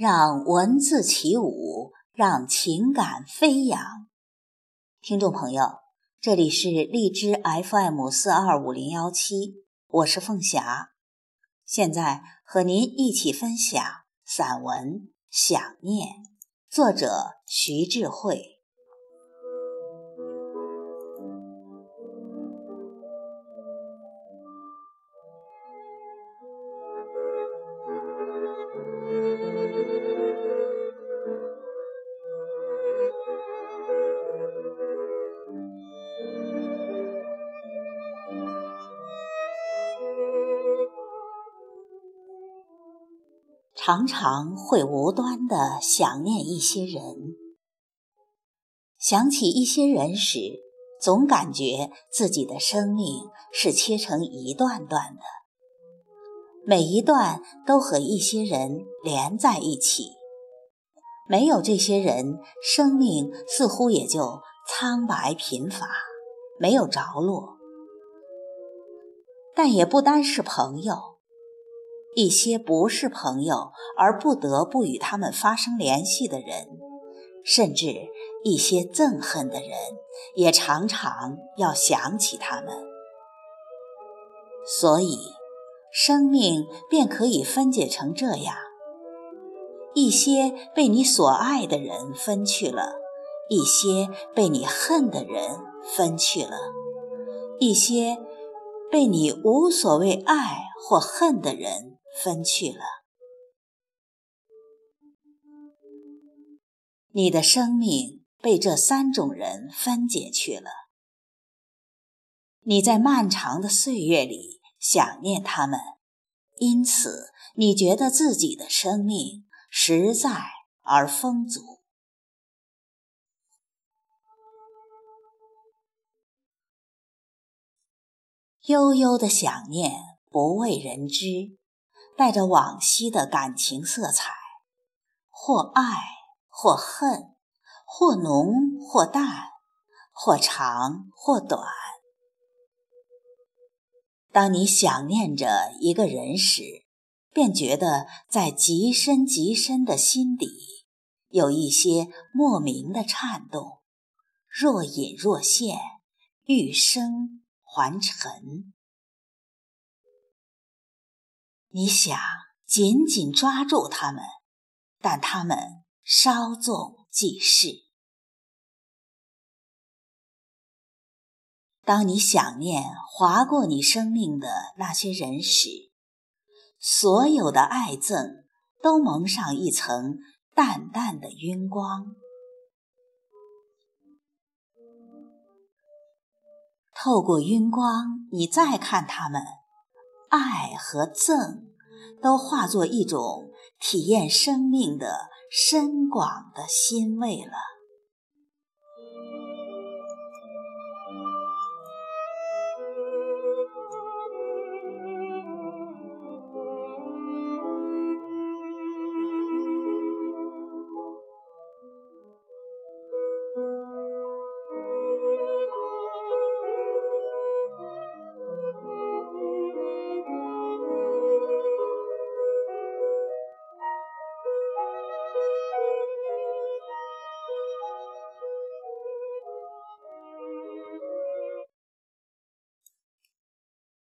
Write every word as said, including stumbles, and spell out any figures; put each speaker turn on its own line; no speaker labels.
让文字起舞，让情感飞扬。听众朋友，这里是荔枝 F M 四二五零一七，我是凤霞，现在和您一起分享散文《想念》，作者徐智慧。常常会无端地想念一些人，想起一些人时，总感觉自己的生命是切成一段段的，每一段都和一些人连在一起。没有这些人，生命似乎也就苍白贫乏，没有着落。但也不单是朋友，一些不是朋友而不得不与他们发生联系的人，甚至一些憎恨的人，也常常要想起他们。所以生命便可以分解成这样，一些被你所爱的人分去了，一些被你恨的人分去了，一些被你无所谓爱或恨的人分去了。你的生命被这三种人分解去了。你在漫长的岁月里想念他们，因此你觉得自己的生命实在而丰足。悠悠的想念不为人知，带着往昔的感情色彩，或爱或恨，或浓或淡，或长或短。当你想念着一个人时，便觉得在极深极深的心底有一些莫名的颤动，若隐若现，欲生还沉。你想紧紧抓住他们，但他们稍纵即逝。当你想念划过你生命的那些人时，所有的爱憎都蒙上一层淡淡的晕光。透过晕光，你再看他们，爱和憎都化作一种体验生命的深广的欣慰了。